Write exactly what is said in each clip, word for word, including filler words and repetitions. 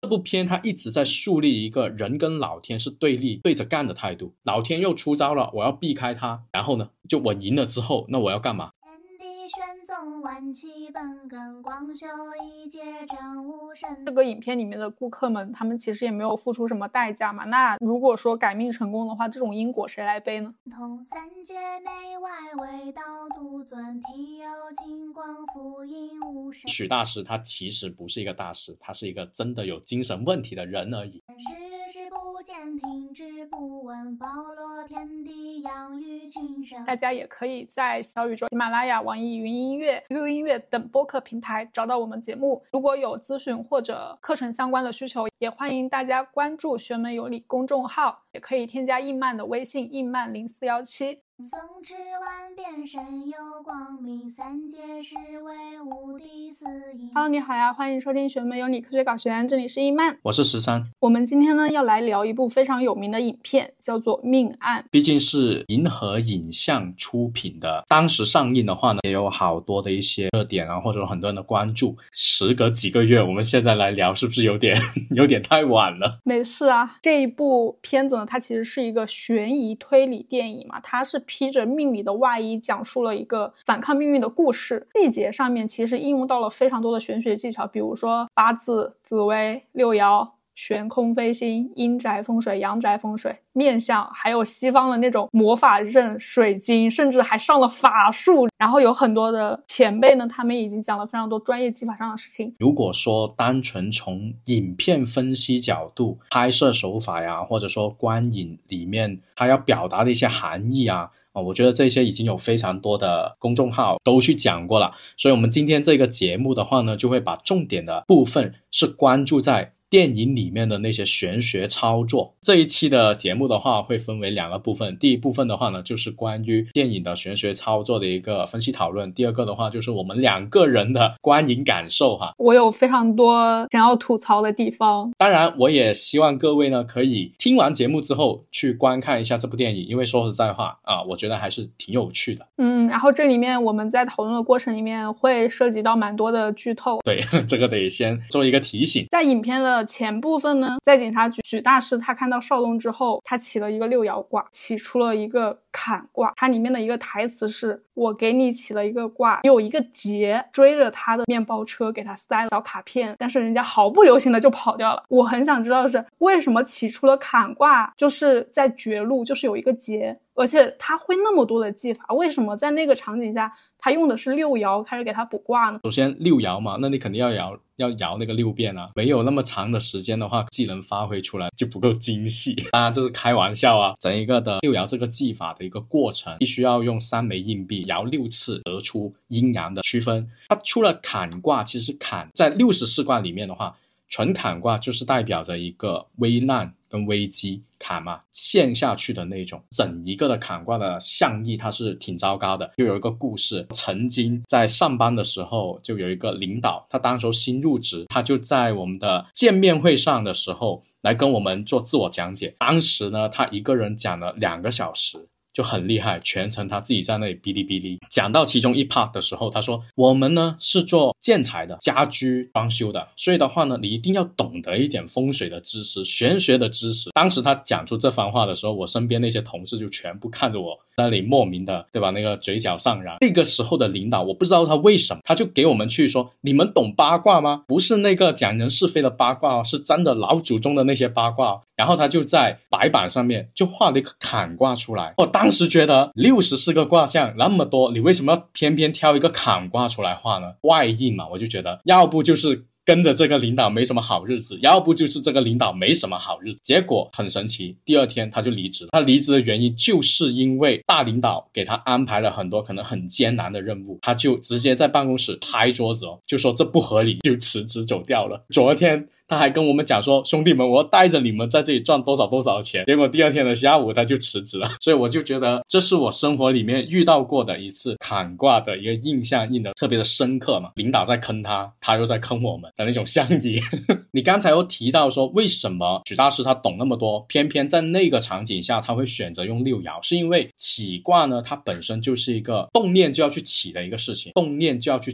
这部片它一直在树立一个人跟老天是对立对着干的态度，老天又出招了，我要避开他，然后呢就我赢了之后，那我要干嘛？ 这个影片里面的顾客们他们其实也没有付出什么代价嘛，那如果说改命成功的话，这种因果谁来背呢？ 许大师他其实不是一个大师，他是一个真的有精神问题的人而已。 大家也可以在小宇宙、喜马拉雅、网易云音乐、Q Q 音乐等播客平台找到我们节目。如果有咨询或者课程相关的需求，也欢迎大家关注学门有理公众号，也可以添加易曼的微信易曼零四一七。 诵持万遍身有光明，三界是为无敌四应。 Hello， 你好呀，欢迎收听学门有理科学搞学，这里是易曼， 我是十三。 我们今天呢要来聊一部非常有名的影片，叫做《命案》。 毕竟是银河影像出品的，当时上映的话呢，也有好多的一些热点啊，或者很多人的关注。时隔几个月，我们现在来聊，是不是有点有点太晚了？ 没事啊，这一部片子呢，它其实是一个悬疑推理电影嘛，它是披着命理的外衣，讲述了一个反抗命运的故事。细节上面其实应用到了非常多的玄学技巧，比如说八字、紫微、六爻、悬空飞星、阴宅风水、阳宅风水、面相，还有西方的那种魔法阵、水晶，甚至还上了法术。然后有很多的前辈呢，他们已经讲了非常多专业技法上的事情。 如果说单纯从影片分析角度、拍摄手法呀，或者说观影里面它要表达的一些含义啊，哦，我觉得这些已经有非常多的公众号都去讲过了，所以我们今天这个节目的话呢，就会把重点的部分是关注在电影里面的那些玄学操作。这一期的节目的话会分为两个部分，第一部分的话呢就是关于电影的玄学操作的一个分析讨论，第二个的话就是我们两个人的观影感受哈。 我有非常多想要吐槽的地方， 当然我也希望各位呢可以听完节目之后去观看一下这部电影，因为说实在话啊，我觉得还是挺有趣的。 嗯，然后这里面我们在讨论的过程里面会涉及到蛮多的剧透， 对，这个得先做一个提醒。 在影片的前部分呢，在警察局许大师他看到少东之后，他起了一个六爻卦，起出了一个坎卦，它里面的一个台词是：我给你起了一个卦，有一个劫追着他的面包车给他塞了小卡片，但是人家毫不留情的就跑掉了。我很想知道的是，为什么起出了坎卦就是在绝路，就是有一个劫，而且他会那么多的技法，为什么在那个场景下他用的是六爻开始给他补卦呢？ 首先六爻嘛，那你肯定要爻要爻那个六遍啊，没有那么长的时间的话，技能发挥出来就不够精细。当然这是开玩笑啊，整一个的六爻这个技法的一个过程，必须要用三枚硬币摇六次，得出阴阳的区分。它出了坎卦，其实坎在六十四卦里面的话，纯坎卦就是代表着一个危难跟危机，坎嘛陷下去的那种。整一个的坎卦的象意它是挺糟糕的。就有一个故事，曾经在上班的时候，就有一个领导，他当时候新入职，他就在我们的见面会上的时候来跟我们做自我讲解。当时呢他一个人讲了两个小时，就很厉害，全程他自己在那里哔哩哔哩。讲到其中一 part 的时候，他说我们呢是做建材的，家居装修的，所以的话呢你一定要懂得一点风水的知识，玄学的知识。当时他讲出这番话的时候，我身边那些同事就全部看着我那里莫名的，对吧，那个嘴角上扬。那个时候的领导我不知道他为什么，他就给我们去说，你们懂八卦吗？不是那个讲人是非的八卦，是真的老祖宗的那些八卦。然后他就在白板上面就画了一个坎卦出来。我当时觉得六十四个卦象那么多，你为什么要偏偏挑一个坎卦出来画呢？外应嘛，我就觉得要不就是跟着这个领导没什么好日子，要不就是这个领导没什么好日子。结果很神奇，第二天他就离职了。他离职的原因就是因为大领导给他安排了很多可能很艰难的任务，他就直接在办公室拍桌子哦，就说这不合理，就辞职走掉了。昨天他还跟我们讲说，兄弟们，我要带着你们在这里赚多少多少钱。结果第二天的下午他就辞职了。所以我就觉得这是我生活里面遇到过的一次坎卦的一个印象，印的特别的深刻嘛。领导在坑他，他又在坑我们的那种象意。你刚才又提到说为什么许大师他懂那么多，偏偏在那个场景下他会选择用六爻，是因为起卦呢它本身就是一个动念就要去起的一个事情，动念就要去起，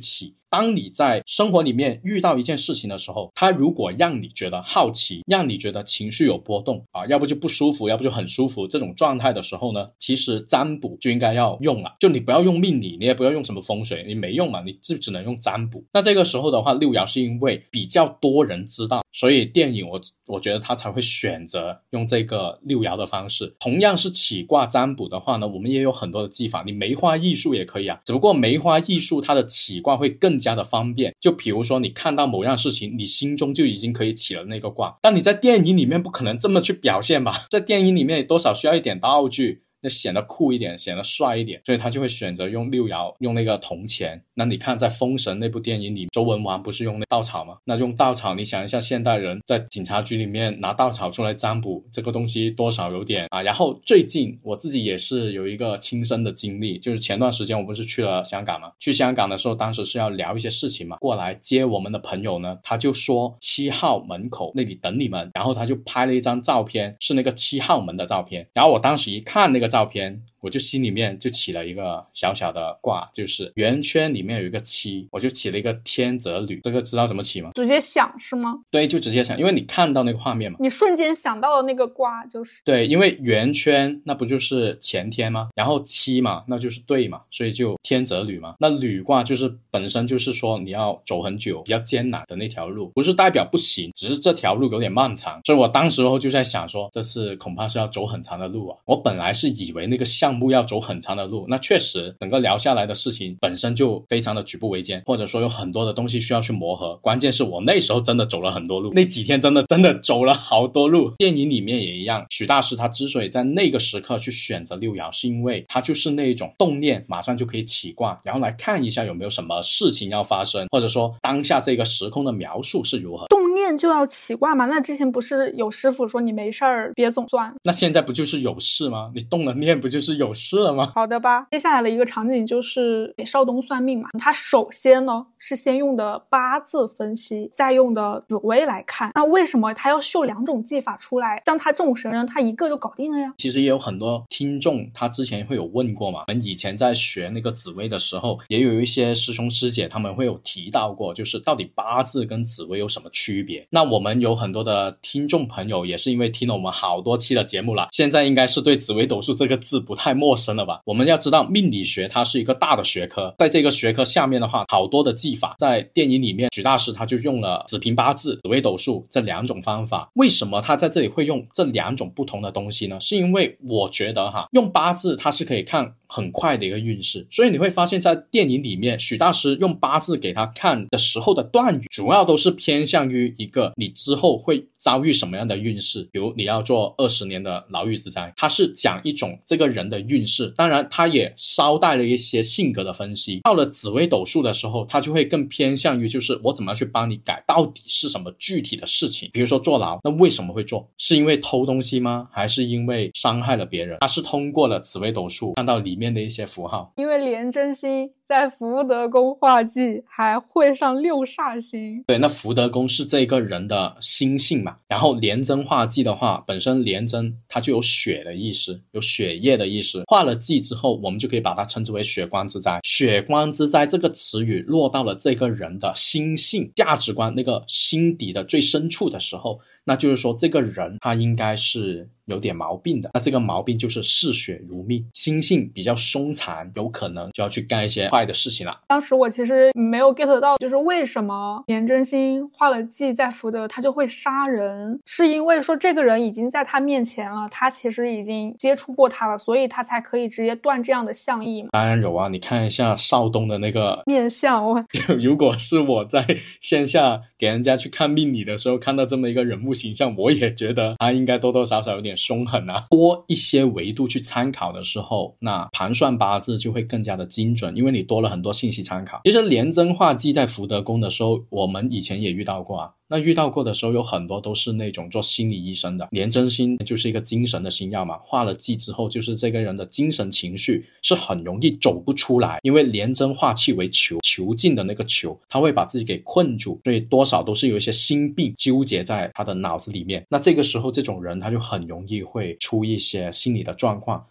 当你在生活里面遇到一件事情的时候，它如果让你觉得好奇，让你觉得情绪有波动啊，要不就不舒服，要不就很舒服，这种状态的时候呢，其实占卜就应该要用了。就你不要用命理，你也不要用什么风水，你没用嘛，你就只能用占卜。那这个时候的话，六爻是因为比较多人知道，所以电影我我觉得他才会选择用这个六爻的方式。同样是起卦占卜的话呢，我们也有很多的技法，你梅花易数也可以啊，只不过梅花易数它的起卦会更加的方便。就比如说你看到某样事情，你心中就已经可以起了那个卦，但你在电影里面不可能这么去表现吧，在电影里面多少需要一点道具，那显得酷一点，显得帅一点，所以他就会选择用六爻，用那个铜钱。那你看在封神那部电影里，周文王不是用那稻草吗？那用稻草，你想一下现代人在警察局里面拿稻草出来占卜，这个东西多少有点啊。然后最近我自己也是有一个亲身的经历，就是前段时间我不是去了香港吗？去香港的时候，当时是要聊一些事情嘛，过来接我们的朋友呢，他就说七号门口那里等你们，然后他就拍了一张照片，是那个七号门的照片。然后我当时一看那个照片，我就心里面就起了一个小小的卦，就是圆圈里面有一个七，我就起了一个天泽履。这个知道怎么起吗？ 直接想是吗？ 对，就直接想，因为你看到那个画面嘛， 你瞬间想到的那个卦就是对，因为圆圈那不就是前天吗？然后七嘛，那就是对嘛，所以就天泽履嘛。那履卦就是本身就是说你要走很久比较艰难的那条路，不是代表不行，只是这条路有点漫长。所以我当时候就在想说，这次恐怕是要走很长的路啊。我本来是以为那个项目要走很长的路，那确实整个聊下来的事情本身就非常的举步维艰，或者说有很多的东西需要去磨合。关键是我那时候真的走了很多路，那几天真的真的走了好多路。电影里面也一样，许大师他之所以在那个时刻去选择六爻，是因为他就是那种动念马上就可以起卦，然后来看一下有没有什么事情要发生，或者说当下这个时空的描述是如何。 动念就要起卦嘛？那之前不是有师傅说你没事儿别总算， 那现在不就是有事吗？你动了念不就是有事了吗？ 好的吧。接下来的一个场景就是给少东算命嘛，他首先呢是先用的八字分析，再用的紫微来看。那为什么他要秀两种技法出来？像他这种神人，他一个就搞定了呀。 其实也有很多听众他之前会有问过嘛，我们以前在学那个紫微的时候，也有一些师兄师姐他们会有提到过，就是到底八字跟紫微有什么区别。那我们有很多的听众朋友也是因为听了我们好多期的节目了，现在应该是对紫微斗数这个字不太陌生了吧。我们要知道命理学它是一个大的学科，在这个学科下面的话，好多的技法，在电影里面许大师他就用了子平八字、紫微斗数这两种方法。为什么他在这里会用这两种不同的东西呢？是因为我觉得哈，用八字它是可以看很快的一个运势，所以你会发现在电影里面许大师用八字给他看的时候的断语，主要都是偏向于一个你之后会遭遇什么样的运势，比如你要做二十年的牢狱之灾，他是讲一种这个人的运势，当然他也捎带了一些性格的分析。到了紫微斗数的时候，他就会更偏向于就是我怎么样去帮你改，到底是什么具体的事情。比如说坐牢，那为什么会做？是因为偷东西吗？还是因为伤害了别人？他是通过了紫微斗数看到里面的一些符号。 因为廉贞星在福德宫化忌，还会上六煞星。 对，那福德宫是这个人的心性嘛，然后廉贞化忌的话，本身廉贞它就有血的意思，有血液的意思，化了忌之后，我们就可以把它称之为血光之灾。血光之灾这个词语落到了这个人的心性、价值观那个心底的最深处的时候，那就是说这个人他应该是有点毛病的，那这个毛病就是嗜血如命，心性比较凶残，有可能就要去干一些坏的事情了。 当时我其实没有 get 到，就是为什么廉贞星化了忌在福德他就会杀人，是因为说这个人已经在他面前了，他其实已经接触过他了，所以他才可以直接断这样的相意嘛。 当然有啊，你看一下少东的那个面相，我如果是我在线下给人家去看命理的时候看到这么一个人物形象，我也觉得他应该多多少少有点凶狠啊。多一些维度去参考的时候，那盘算八字就会更加的精准，因为你多了很多信息参考。其实廉贞化忌在福德宫的时候，我们以前也遇到过啊。那遇到过的时候有很多都是那种做心理医生的，廉贞星就是一个精神的星耀嘛，化了忌之后就是这个人的精神情绪是很容易走不出来，因为廉贞化气为囚，囚禁的那个囚，他会把自己给困住，所以多少都是有一些心病纠结在他的脑子里面。那这个时候这种人他就很容易会出一些心理的状况，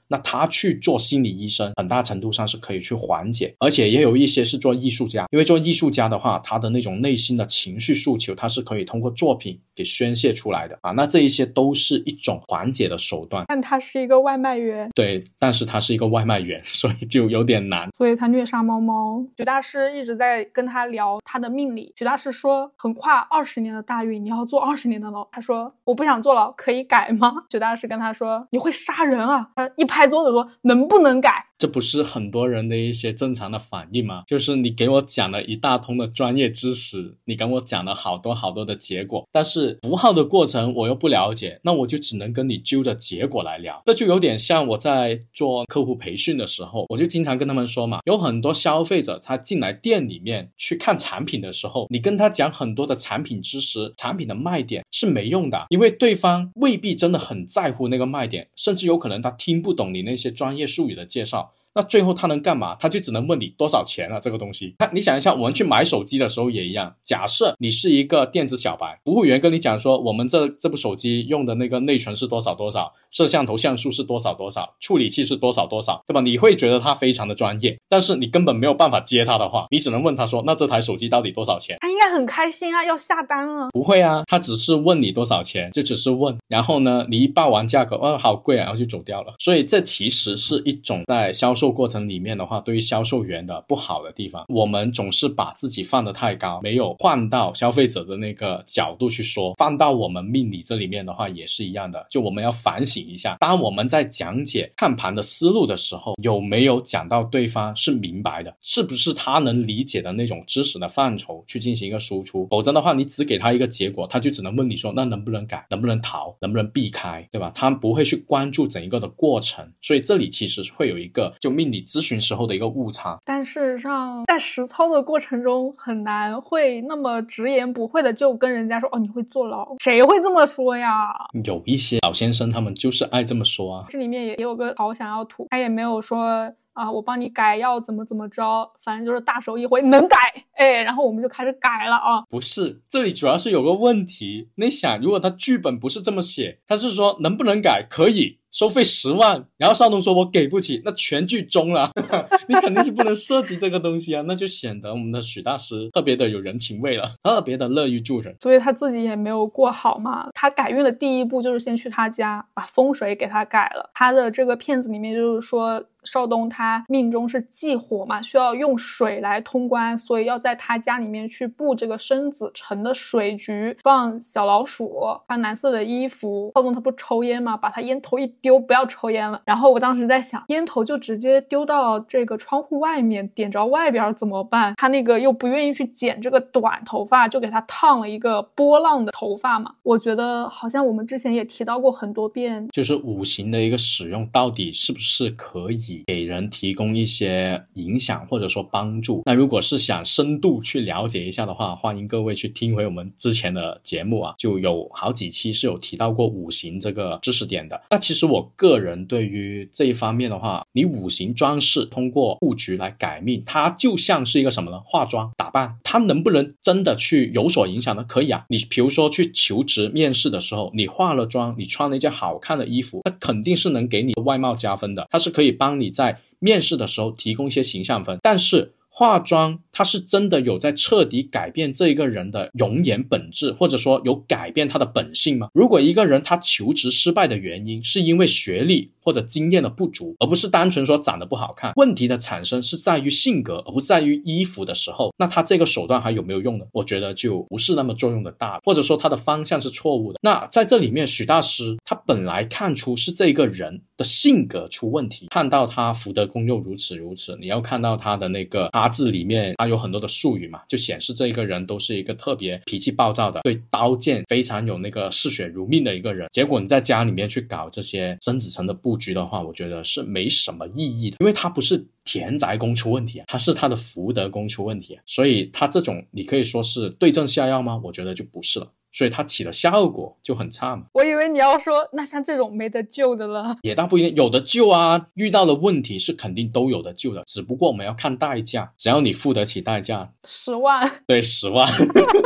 那他去做心理医生很大程度上是可以去缓解，而且也有一些是做艺术家，因为做艺术家的话，他的那种内心的情绪诉求他是可以通过作品给宣泄出来的啊，那这一些都是一种缓解的手段。 但他是一个外卖员， 对，但是他是一个外卖员，所以就有点难， 所以他虐杀猫猫。许大师一直在跟他聊他的命理，许大师说横跨二十年的大运你要坐二十年的牢，他说我不想坐牢，可以改吗？许大师跟他说你会杀人啊，他一拍桌子说能不能改？ 这不是很多人的一些正常的反应吗？就是你给我讲了一大通的专业知识，你跟我讲了好多好多的结果，但是符号的过程我又不了解，那我就只能跟你揪着结果来聊。这就有点像我在做客户培训的时候，我就经常跟他们说嘛，有很多消费者他进来店里面去看产品的时候，你跟他讲很多的产品知识，产品的卖点是没用的，因为对方未必真的很在乎那个卖点，甚至有可能他听不懂你那些专业术语的介绍，那最后他能干嘛？他就只能问你多少钱啊，这个东西。那你想一下，我们去买手机的时候也一样，假设你是一个电子小白，服务员跟你讲说我们这这部手机用的那个内存是多少多少，摄像头像素是多少多少，处理器是多少多少，对吧？你会觉得他非常的专业，但是你根本没有办法接他的话，你只能问他说那这台手机到底多少钱？ 他应该很开心啊，要下单啊。 不会啊，他只是问你多少钱，就只是问，然后呢你一报完价格，哦好贵啊，然后就走掉了。所以这其实是一种在销售过程里面的话，对于销售员的不好的地方，我们总是把自己放得太高，没有换到消费者的那个角度去说。放到我们命理这里面的话也是一样的，就我们要反省一下，当我们在讲解看盘的思路的时候，有没有讲到对方是明白的，是不是他能理解的那种知识的范畴去进行一个输出。否则的话，你只给他一个结果，他就只能问你说那能不能改，能不能逃，能不能避开，对吧？他不会去关注整一个的过程。所以这里其实会有一个就命理咨询时候的一个误差。 但事实上在实操的过程中很难会那么直言不讳的就跟人家说哦你会坐牢，谁会这么说呀？ 有一些老先生他们就是爱这么说啊。 这里面也有个好想要吐，他也没有说啊，我帮你改要怎么怎么着，反正就是大手一挥能改，哎，然后我们就开始改了啊。 不是，这里主要是有个问题，你想如果他剧本不是这么写，他是说能不能改，可以收费十万，然后邵东说我给不起，那全剧终了你肯定是不能涉及这个东西啊，那就显得我们的许大师特别的有人情味了，特别的乐于助人。 所以他自己也没有过好嘛，他改运的第一步就是先去他家把风水给他改了。他的这个片子里面就是说邵东他命中是忌火嘛，需要用水来通关，所以要在他家里面去布这个生子辰的水局，放小老鼠，穿蓝色的衣服。邵东他不抽烟嘛，把他烟头一丢，不要抽烟了。然后我当时在想，烟头就直接丢到这个窗户外面，点着外边怎么办？他那个又不愿意去剪这个短头发，就给他烫了一个波浪的头发嘛。我觉得好像我们之前也提到过很多遍， 就是五行的一个使用到底是不是可以给人提供一些影响或者说帮助。那如果是想深度去了解一下的话，欢迎各位去听回我们之前的节目啊，就有好几期是有提到过五行这个知识点的。那其实我个人对于这一方面的话，你五行装饰通过布局来改命，它就像是一个什么呢？化妆打扮，它能不能真的去有所影响呢？可以啊，你比如说去求职面试的时候，你化了妆，你穿了一件好看的衣服，它肯定是能给你的外貌加分的，它是可以帮你在面试的时候提供一些形象分。但是化妆它是真的有在彻底改变这一个人的容颜本质，或者说有改变他的本性吗？如果一个人他求职失败的原因是因为学历或者经验的不足，而不是单纯说长得不好看，问题的产生是在于性格而不在于衣服的时候，那他这个手段还有没有用呢？我觉得就不是那么作用的大，或者说他的方向是错误的。那在这里面许大师他本来看出是这个人的性格出问题，看到他福德宫又如此如此，你要看到他的那个八字里面他有很多的术语嘛，就显示这个人都是一个特别脾气暴躁的，对刀剑非常有那个嗜血如命的一个人。结果你在家里面去搞这些生子辰的布局的话，我觉得是没什么意义的，因为他不是田宅宫出问题啊，他是他的福德宫出问题啊，所以他这种你可以说是对症下药吗？我觉得就不是了，所以它起的效果就很差嘛。 我以为你要说那像这种没得救的了， 也大不一定，有的救啊，遇到的问题是肯定都有的救的，只不过我们要看代价，只要你付得起代价， 十万， 对，十万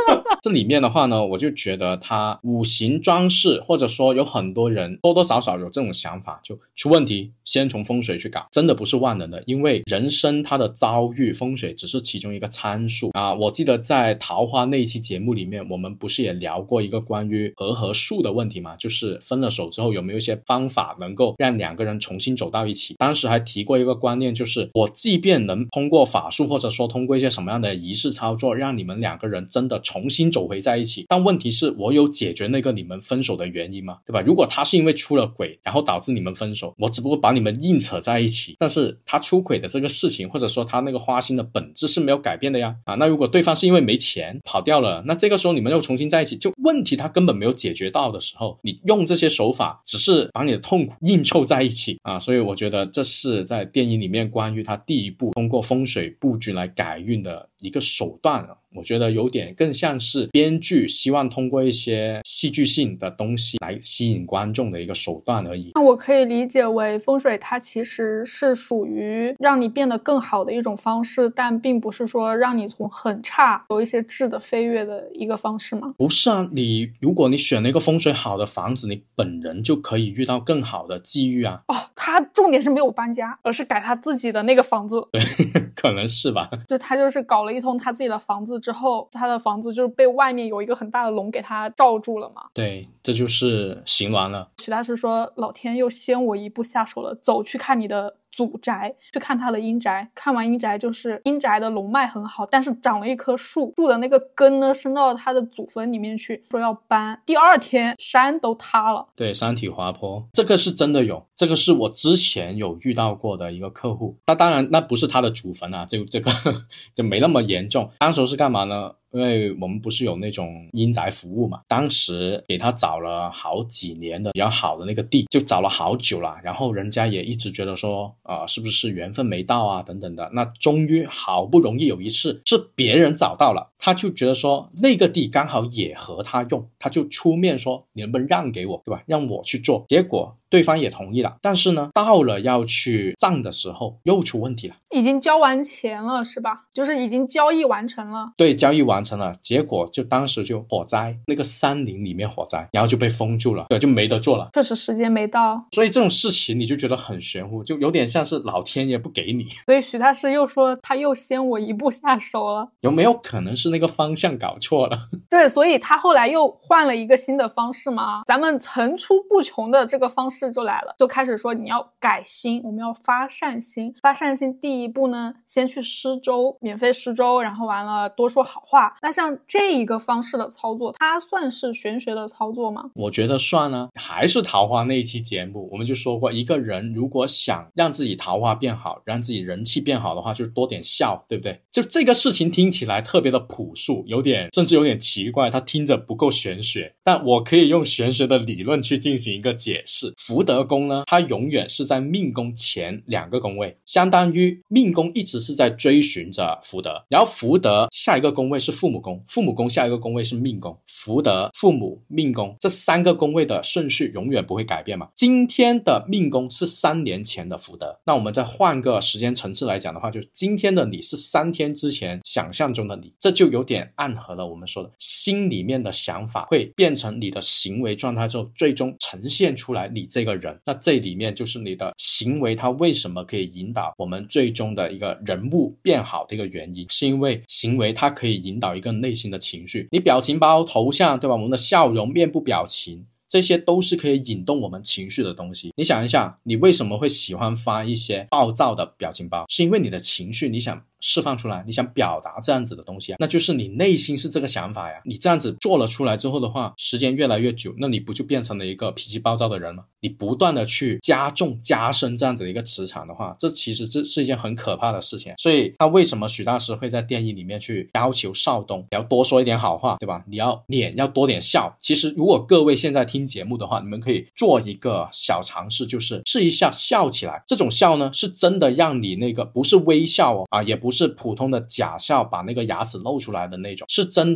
这里面的话呢，我就觉得它五行装饰，或者说有很多人多多少少有这种想法，就出问题先从风水去搞，真的不是万能的，因为人生它的遭遇，风水只是其中一个参数啊。我记得在桃花那一期节目里面，我们不是也聊过一个关于和合术的问题嘛，就是分了手之后有没有一些方法能够让两个人重新走到一起。当时还提过一个观念，就是我即便能通过法术，或者说通过一些什么样的仪式操作，让你们两个人真的重新走回在一起，但问题是我有解决那个你们分手的原因吗？对吧？如果他是因为出了轨然后导致你们分手，我只不过把你们硬扯在一起，但是他出轨的这个事情，或者说他那个花心的本质是没有改变的呀。啊，那如果对方是因为没钱跑掉了，那这个时候你们又重新在一起，就问题他根本没有解决到的时候，你用这些手法只是把你的痛苦硬凑在一起啊。所以我觉得这是在电影里面关于他第一步通过风水布局来改运的一个手段啊。我觉得有点更像是编剧希望通过一些戏剧性的东西来吸引观众的一个手段而已。 那我可以理解为风水它其实是属于让你变得更好的一种方式，但并不是说让你从很差有一些质的飞跃的一个方式吗？ 不是啊，你如果你选了一个风水好的房子，你本人就可以遇到更好的机遇啊。 哦，他重点是没有搬家，而是改他自己的那个房子。 对，可能是吧。 就他就是搞了一通他自己的房子之后，他的房子就是被外面有一个很大的龙给他罩住了嘛。 对，这就是行完了。 许大师说，老天又先我一步下手了，走去看你的祖宅，去看他的阴宅。看完阴宅，就是阴宅的龙脉很好，但是长了一棵树，树的那个根呢伸到了他的祖坟里面去，说要搬。第二天山都塌了。 对，山体滑坡，这个是真的有，这个是我之前有遇到过的一个客户。那当然那不是他的祖坟啊，这这个就没那么严重。当时是干嘛呢？因为我们不是有那种阴宅服务嘛，当时给他找了好几年的比较好的那个地，就找了好久了，然后人家也一直觉得说啊、呃，是不是缘分没到啊等等的。那终于好不容易有一次是别人找到了，他就觉得说那个地刚好也合他用，他就出面说你能不能让给我，对吧？让我去做。结果对方也同意了，但是呢到了要去账的时候又出问题了。 已经交完钱了是吧？就是已经交易完成了。 对，交易完成了，结果就当时就火灾，那个山林里面火灾，然后就被封住了，对，就没得做了。 确实时间没到， 所以这种事情你就觉得很玄乎，就有点像是老天爷不给你。 所以许大师又说他又先我一步下手了。 有没有可能是那个方向搞错了？ 对，所以他后来又换了一个新的方式嘛，咱们层出不穷的这个方式就来了，就开始说你要改心，我们要发善心。发善心第一步呢，先去施粥，免费施粥，然后完了多说好话。那像这一个方式的操作，它算是玄学的操作吗？ 我觉得算啊。还是桃花那一期节目我们就说过，一个人如果想让自己桃花变好，让自己人气变好的话，就是多点笑，对不对？就这个事情听起来特别的朴素，有点甚至有点奇怪，它听着不够玄学，但我可以用玄学的理论去进行一个解释。福德宫呢，它永远是在命宫前两个宫位，相当于命宫一直是在追寻着福德，然后福德下一个宫位是父母宫，父母宫下一个宫位是命宫，福德、父母、命宫这三个宫位的顺序永远不会改变嘛。今天的命宫是三年前的福德，那我们再换个时间层次来讲的话，就今天的你是三天之前想象中的你，这就有点暗合了我们说的心里面的想法会变成你的行为状态之后，最终呈现出来你这个人。那这里面就是你的行为它为什么可以引导我们最终的一个人物变好的一个原因，是因为行为它可以引导一个内心的情绪。你表情包、头像，对吧？我们的笑容、面部表情，这些都是可以引动我们情绪的东西。你想一下，你为什么会喜欢发一些暴躁的表情包？是因为你的情绪你想释放出来，你想表达这样子的东西啊，那就是你内心是这个想法呀。你这样子做了出来之后的话，时间越来越久，那你不就变成了一个脾气暴躁的人吗？你不断的去加重加深这样子的一个磁场的话，这其实这是一件很可怕的事情。所以他为什么许大师会在电影里面去要求少东你要多说一点好话，对吧？你要脸要多点笑。其实如果各位现在听节目的话，你们可以做一个小尝试，就是试一下笑起来。这种笑呢，是真的让你那个不是微笑哦，啊，也不是普通的假笑把那个牙齿露出来的那种，是真的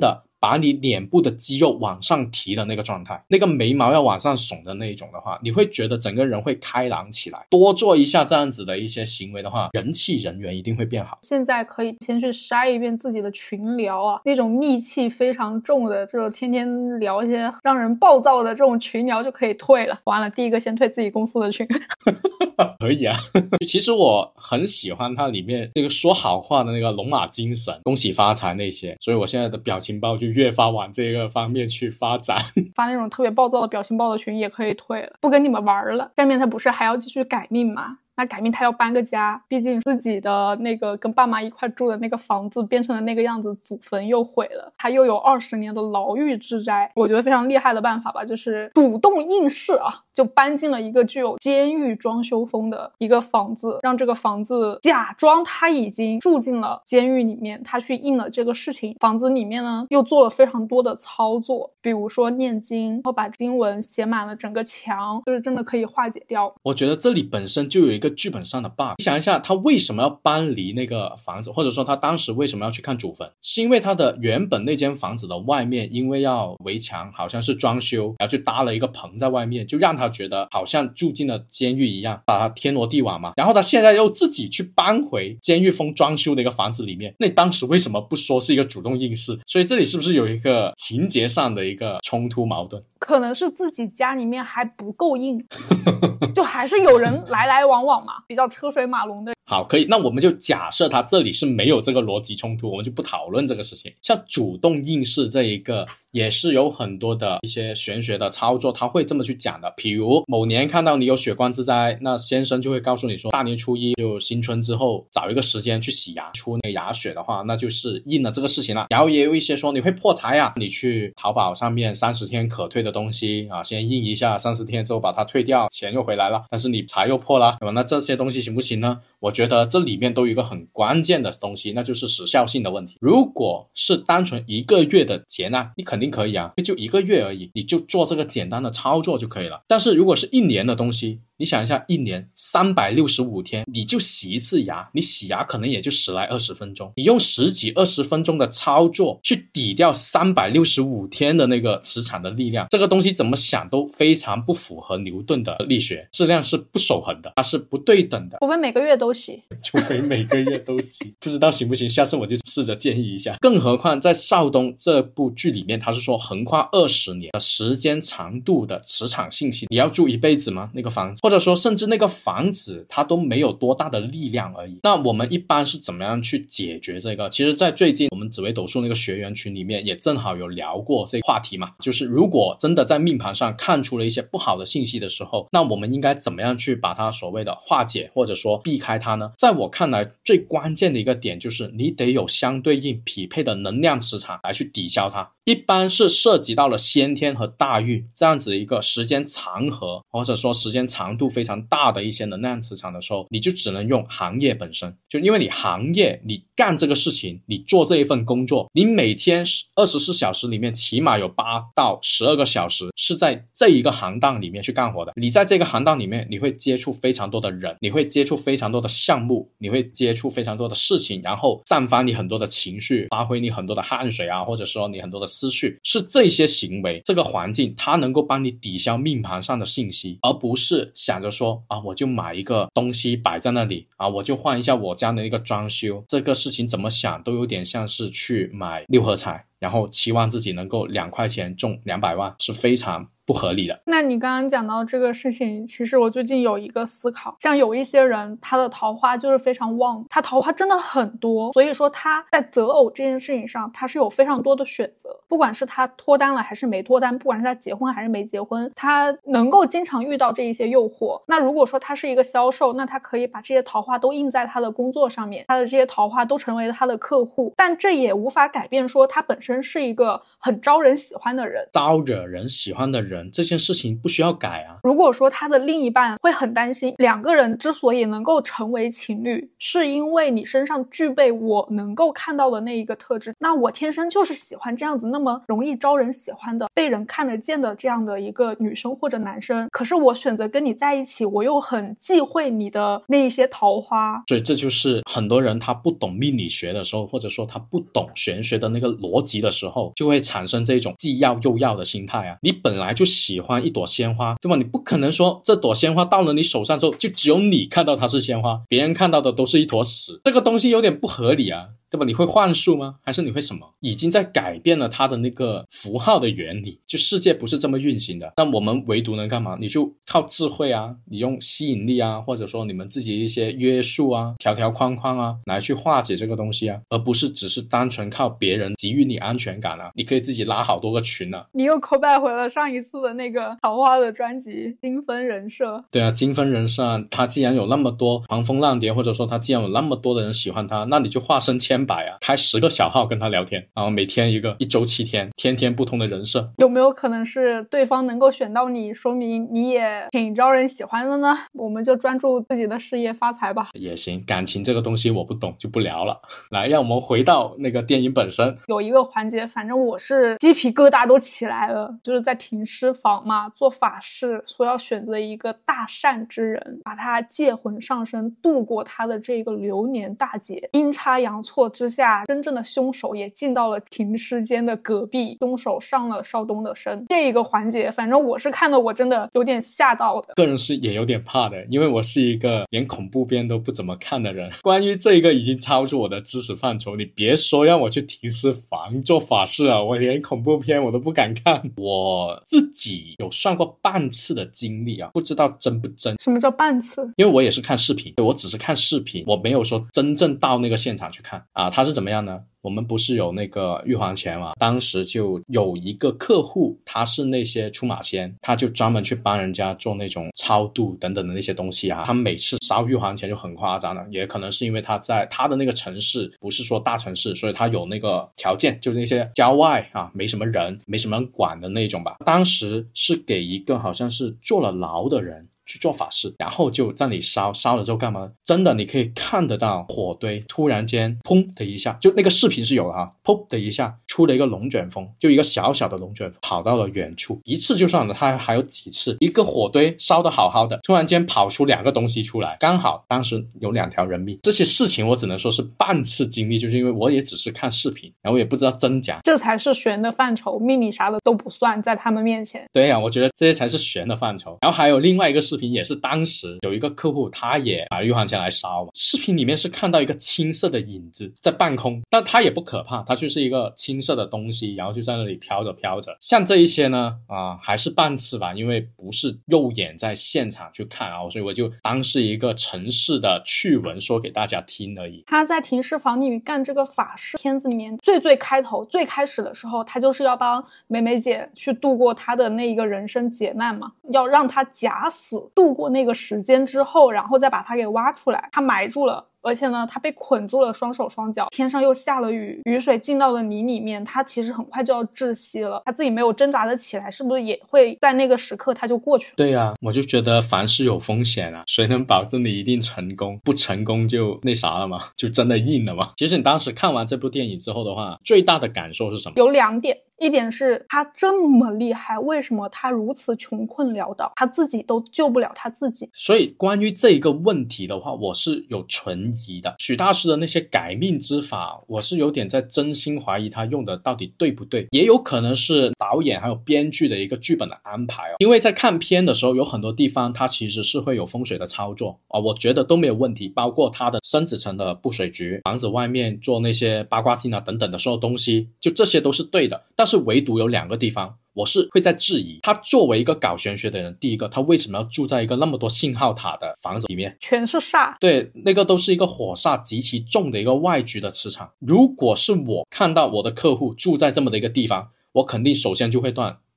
把你脸部的肌肉往上提的那个状态，那个眉毛要往上耸的那一种的话，你会觉得整个人会开朗起来。多做一下这样子的一些行为的话，人气人缘一定会变好。 现在可以先去筛一遍自己的群聊啊，那种戾气非常重的，这种天天聊一些让人暴躁的这种群聊就可以退了。完了，第一个先退自己公司的群。 可以啊。其实我很喜欢它里面那个说好话的那个龙马精神，恭喜发财那些，所以我现在的表情包就越发往这个方面去发展。 发那种特别暴躁的表情包的群也可以退了，不跟你们玩了。下面他不是还要继续改命吗？那改命他要搬个家，毕竟自己的那个跟爸妈一块住的那个房子变成了那个样子，祖坟又毁了，他又有二十年的牢狱之灾。我觉得非常厉害的办法吧，就是主动应试啊，就搬进了一个具有监狱装修风的一个房子，让这个房子假装他已经住进了监狱里面，他去应了这个事情。房子里面呢又做了非常多的操作，比如说念经，然后把经文写满了整个墙，就是真的可以化解掉。 我觉得这里本身就有一个剧本上的 bug。 你想一下，他为什么要搬离那个房子，或者说他当时为什么要去看祖坟，是因为他的原本那间房子的外面因为要围墙，好像是装修，然后就搭了一个棚在外面，就让他觉得好像住进了监狱一样，把他天罗地网嘛。然后他现在又自己去搬回监狱风装修的一个房子里面，那你当时为什么不说是一个主动应试？所以这里是不是有一个情节上的一个冲突矛盾？ 可能是自己家里面还不够硬。就还是有人来来往往嘛，比较车水马龙的。 好，可以，那我们就假设他这里是没有这个逻辑冲突，我们就不讨论这个事情。像主动应试这一个也是有很多的一些玄学的操作，他会这么去讲的。比如某年看到你有血光之灾，那先生就会告诉你说，大年初一就新春之后找一个时间去洗牙，出那个牙血的话，那就是应了这个事情了。然后也有一些说你会破财啊，你去淘宝上面三十天可退的东西啊，先应一下，三十天之后把它退掉，钱又回来了，但是你财又破了，那这些东西行不行呢？我觉得这里面都有一个很关键的东西，那就是时效性的问题。如果是单纯一个月的劫难，你肯定可以啊，就一个月而已，你就做这个简单的操作就可以了。但是如果是一年的东西，你想一下，一年三百六十五天，你就洗一次牙，你洗牙可能也就十来二十分钟，你用十几二十分钟的操作去抵掉三百六十五天的那个磁场的力量，这个东西怎么想都非常不符合牛顿的力学，质量是不守恒的，它是不对等的。 除非每个月都洗， 除非每个月都洗，不知道行不行，下次我就试着建议一下。更何况在少东这部剧里面，他是说横跨二十年的时间长度的磁场信息，你要住一辈子吗？那个房子，或者说甚至那个房子它都没有多大的力量而已。那我们一般是怎么样去解决这个？其实在最近我们紫微斗数那个学员群里面也正好有聊过这个话题嘛，就是如果真的在命盘上看出了一些不好的信息的时候，那我们应该怎么样去把它所谓的化解或者说避开它呢？在我看来最关键的一个点就是你得有相对应匹配的能量磁场来去抵消它。一般是涉及到了先天和大运这样子的一个时间长河或者说时间长度非常大的一些能量磁场的时候，你就只能用行业本身，就因为你行业你干这个事情，你做这一份工作，你每天二十四小时里面起码有八到十二个小时是在这一个行当里面去干活的。你在这个行当里面你会接触非常多的人，你会接触非常多的项目，你会接触非常多的事情，然后散发你很多的情绪，发挥你很多的汗水啊，或者说你很多的思绪，是这些行为这个环境它能够帮你抵消命盘上的信息，而不是想着说啊，我就买一个东西摆在那里啊，我就换一下我家的一个装修，这个事情怎么想都有点像是去买六合彩，然后期望自己能够两块钱中两百万，是非常不合理的。 那你刚刚讲到这个事情，其实我最近有一个思考，像有一些人他的桃花就是非常旺，他桃花真的很多，所以说他在择偶这件事情上他是有非常多的选择，不管是他脱单了还是没脱单，不管是他结婚还是没结婚，他能够经常遇到这一些诱惑。那如果说他是一个销售，那他可以把这些桃花都印在他的工作上面，他的这些桃花都成为了他的客户，但这也无法改变说他本身是一个很招人喜欢的人。 招惹人喜欢的人人，这件事情不需要改啊。 如果说他的另一半会很担心，两个人之所以能够成为情侣，是因为你身上具备我能够看到的那一个特质，那我天生就是喜欢这样子那么容易招人喜欢的被人看得见的这样的一个女生或者男生，可是我选择跟你在一起，我又很忌讳你的那一些桃花。 所以这就是很多人他不懂命理学的时候，或者说他不懂玄学的那个逻辑的时候，就会产生这种既要又要的心态啊。你本来就喜欢一朵鲜花，对吧？你不可能说这朵鲜花到了你手上之后，就只有你看到它是鲜花，别人看到的都是一坨屎，这个东西有点不合理啊，对吧？你会幻术吗？还是你会什么？已经在改变了它的那个符号的原理，就世界不是这么运行的。那我们唯独能干嘛？你就靠智慧啊，你用吸引力啊，或者说你们自己一些约束啊、条条框框啊，来去化解这个东西啊，而不是只是单纯靠别人给予你安全感啊。你可以自己拉好多个群啊。 你又 call back 回了上一次的那个桃花的专辑金分人设。 对啊，金分人设啊，他既然有那么多狂风浪蝶，或者说他既然有那么多的人喜欢他，那你就化身千百啊，开十个小号跟他聊天，然后每天一个，一周七天，天天不同的人设。 有没有可能是对方能够选到你，说明你也挺招人喜欢的呢？我们就专注自己的事业发财吧。 也行，感情这个东西我不懂，就不聊了。来，让我们回到那个电影本身。 有一个环节，反正我是鸡皮疙瘩都起来了，就是在停尸房嘛，做法事所要选择一个大善之人，把他借魂上身，度过他的这个流年大劫。阴差阳错之下，真正的凶手也进到了停尸间的隔壁，凶手上了邵东的身。这一个环节，反正我是看的我真的有点吓到的， 个人是也有点怕的，因为我是一个连恐怖片都不怎么看的人。关于这个已经超出我的知识范畴，你别说让我去停尸房做法事啊，我连恐怖片我都不敢看。我自己有算过半次的经历啊，不知道真不真。 什么叫半次？ 因为我也是看视频，我只是看视频，我没有说真正到那个现场去看啊。他是怎么样呢？我们不是有那个玉皇前嘛，当时就有一个客户，他是那些出马仙，他就专门去帮人家做那种超度等等的那些东西啊。他每次烧玉皇前就很夸张了，也可能是因为他在他的那个城市不是说大城市，所以他有那个条件，就是那些郊外啊，没什么人没什么人管的那种吧。当时是给一个好像是坐了牢的人去做法事，然后就在那里烧，烧了之后干嘛？真的你可以看得到火堆突然间砰的一下，就那个视频是有的哈，砰的一下出了一个龙卷风，就一个小小的龙卷风跑到了远处，一次就算了，它还有几次，一个火堆烧得好好的，突然间跑出两个东西出来，刚好当时有两条人命。这些事情我只能说是半次经历，就是因为我也只是看视频，然后我也不知道真假， 这才是玄的范畴，命理啥的都不算在他们面前。 对呀、啊，我觉得这些才是玄的范畴。然后还有另外一个视频，也是当时有一个客户，他也把玉皇前来烧，视频里面是看到一个青色的影子在半空，但它也不可怕，它就是一个青色的东西，然后就在那里飘着飘着。像这一些呢啊，还是半次吧，因为不是肉眼在现场去看啊，所以我就当是一个城市的趣闻说给大家听而已。 他在停尸房里面干这个法事，片子里面最最开头最开始的时候，他就是要帮美美姐去度过她的那一个人生劫难嘛，要让她假死度过那个时间之后，然后再把她给挖出来，她埋住了。而且呢，他被捆住了双手双脚，天上又下了雨，雨水进到了泥里面，他其实很快就要窒息了，他自己没有挣扎的起来，是不是也会在那个时刻他就过去了？ 对啊，我就觉得凡事有风险啊，谁能保证你一定成功？不成功就那啥了嘛，就真的硬了嘛。其实你当时看完这部电影之后的话，最大的感受是什么？ 有两点，一点是他这么厉害，为什么他如此穷困潦倒，他自己都救不了他自己？ 所以关于这一个问题的话，我是有存疑的。许大师的那些改命之法，我是有点在真心怀疑他用的到底对不对，也有可能是导演还有编剧的一个剧本的安排哦。因为在看片的时候，有很多地方它其实是会有风水的操作啊、哦，我觉得都没有问题，包括他的生子层的布水局，房子外面做那些八卦镜啊等等的所有东西，就这些都是对的。但是唯独有两个地方我是会在质疑，他作为一个搞玄学的人，第一个他为什么要住在一个那么多信号塔的房子里面， 全是煞， 对，那个都是一个火煞极其重的一个外局的磁场。如果是我看到我的客户住在这么的一个地方，我肯定首先就会断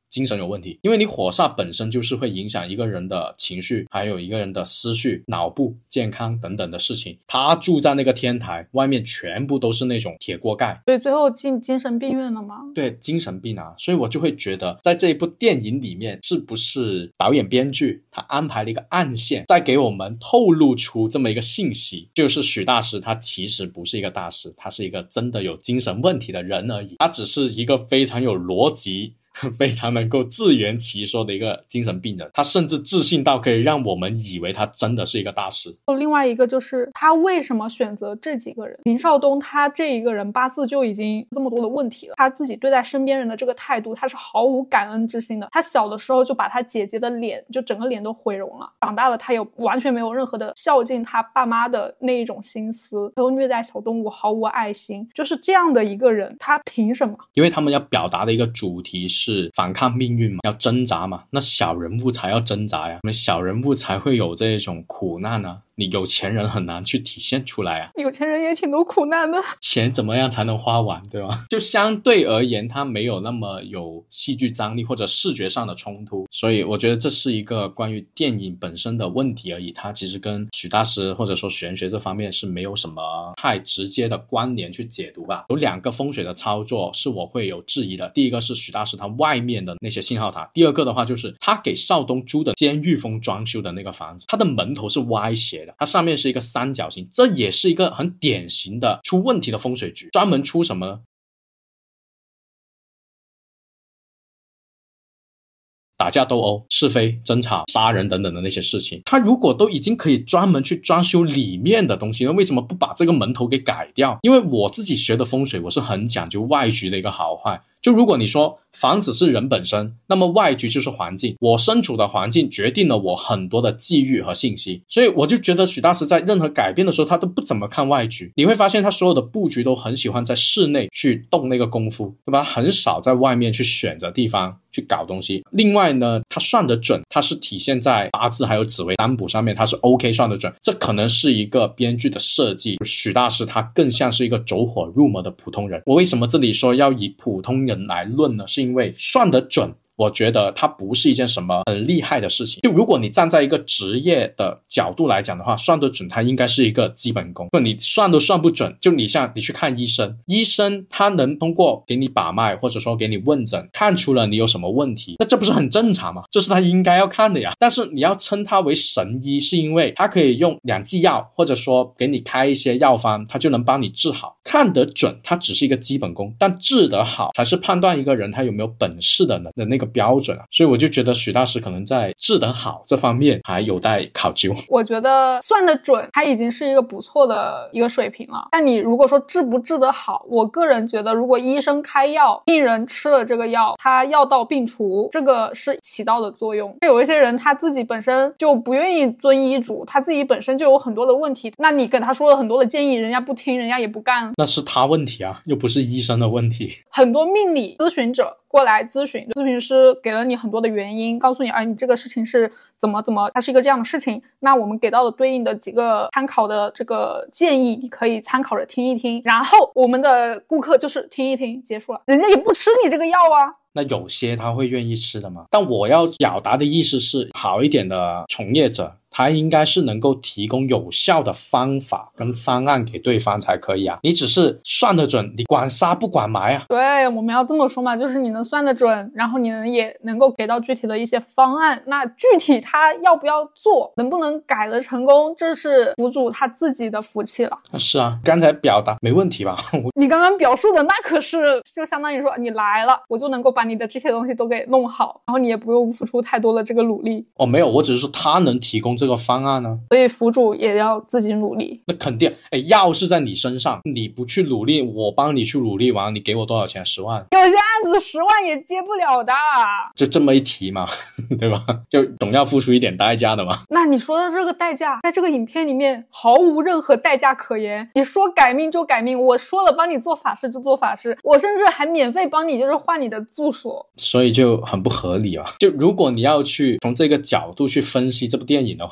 精神有问题，因为你火煞本身就是会影响一个人的情绪，还有一个人的思绪、脑部健康等等的事情。他住在那个天台，外面全部都是那种铁锅盖， 所以最后进精神病院了吗？ 对，精神病啊。所以我就会觉得在这一部电影里面，是不是导演编剧他安排了一个暗线，再给我们透露出这么一个信息，就是许大师他其实不是一个大师，他是一个真的有精神问题的人而已，他只是一个非常有逻辑非常能够自圆其说的一个精神病人，他甚至自信到可以让我们以为他真的是一个大师。 另外一个就是他为什么选择这几个人？林少东他这一个人八字就已经这么多的问题了，他自己对待身边人的这个态度，他是毫无感恩之心的。他小的时候就把他姐姐的脸就整个脸都毁容了，长大了他有完全没有任何的孝敬他爸妈的那一种心思，他又虐待小动物，毫无爱心，就是这样的一个人，他凭什么？ 因为他们要表达的一个主题是是反抗命运嘛，要挣扎嘛，那小人物才要挣扎呀，那小人物才会有这种苦难啊，你有钱人很难去体现出来啊， 有钱人也挺多苦难的， 钱怎么样才能花完，对吧？就相对而言它没有那么有戏剧张力或者视觉上的冲突，所以我觉得这是一个关于电影本身的问题而已，它其实跟许大师或者说玄学这方面是没有什么太直接的关联去解读吧。有两个风水的操作是我会有质疑的，第一个是许大师他外面的那些信号塔，第二个的话就是他给少东租的监狱风装修的那个房子，它的门头是歪斜的，它上面是一个三角形，这也是一个很典型的出问题的风水局，专门出什么呢？打架斗殴、是非、争吵、杀人等等的那些事情，他如果都已经可以专门去装修里面的东西，那为什么不把这个门头给改掉？因为我自己学的风水，我是很讲究外局的一个好坏。就如果你说房子是人本身，那么外局就是环境，我身处的环境决定了我很多的际遇和信息，所以我就觉得许大师在任何改变的时候他都不怎么看外局，你会发现他所有的布局都很喜欢在室内去动那个功夫，对吧？很少在外面去选择地方去搞东西。另外呢，他算得准，他是体现在八字还有紫微占卜上面，他是 OK 算得准，这可能是一个编剧的设计。许大师他更像是一个走火入魔的普通人。我为什么这里说要以普通人来论呢？是因为算得准我觉得它不是一件什么很厉害的事情，就如果你站在一个职业的角度来讲的话，算得准它应该是一个基本功，就你算都算不准，就你像你去看医生，医生他能通过给你把脉或者说给你问诊看出了你有什么问题，那这不是很正常吗？这是他应该要看的呀。但是你要称他为神医，是因为他可以用两剂药或者说给你开一些药方，他就能帮你治好。看得准它只是一个基本功，但治得好才是判断一个人他有没有本事的的那个标准啊。所以我就觉得许大师可能在治得好这方面还有待考究。 我觉得算得准他已经是一个不错的一个水平了，但你如果说治不治得好，我个人觉得如果医生开药，病人吃了这个药，他药到病除，这个是起到的作用。有一些人他自己本身就不愿意遵医嘱，他自己本身就有很多的问题，那你给他说了很多的建议，人家不听，人家也不干， 那是他问题啊，又不是医生的问题。 很多命理咨询者过来咨询，咨询师给了你很多的原因，告诉你，哎，你这个事情是怎么怎么，它是一个这样的事情，那我们给到的对应的几个参考的这个建议，你可以参考着听一听，然后我们的顾客就是听一听结束了，人家也不吃你这个药啊。 那有些他会愿意吃的嘛，但我要表达的意思是，好一点的从业者他应该是能够提供有效的方法跟方案给对方才可以啊。你只是算得准，你管杀不管埋啊。 对，我们要这么说嘛，就是你能算得准，然后你能也能够给到具体的一些方案，那具体他要不要做，能不能改得成功，这是福主他自己的福气了。 是啊，刚才表达没问题吧？ 你刚刚表述的那可是就相当于说你来了，我就能够把你的这些东西都给弄好，然后你也不用付出太多的这个努力。 哦，没有，我只是说他能提供这个方案呢、啊， 所以福主也要自己努力。 那肯定，哎，药是在你身上，你不去努力，我帮你去努力完，你给我多少钱？十万？ 有些案子十万也接不了的， 就这么一提嘛，对吧？就总要付出一点代价的嘛。 那你说的这个代价，在这个影片里面毫无任何代价可言。你说改命就改命，我说了帮你做法事就做法事，我甚至还免费帮你就是换你的住所， 所以就很不合理啊。就如果你要去从这个角度去分析这部电影的话，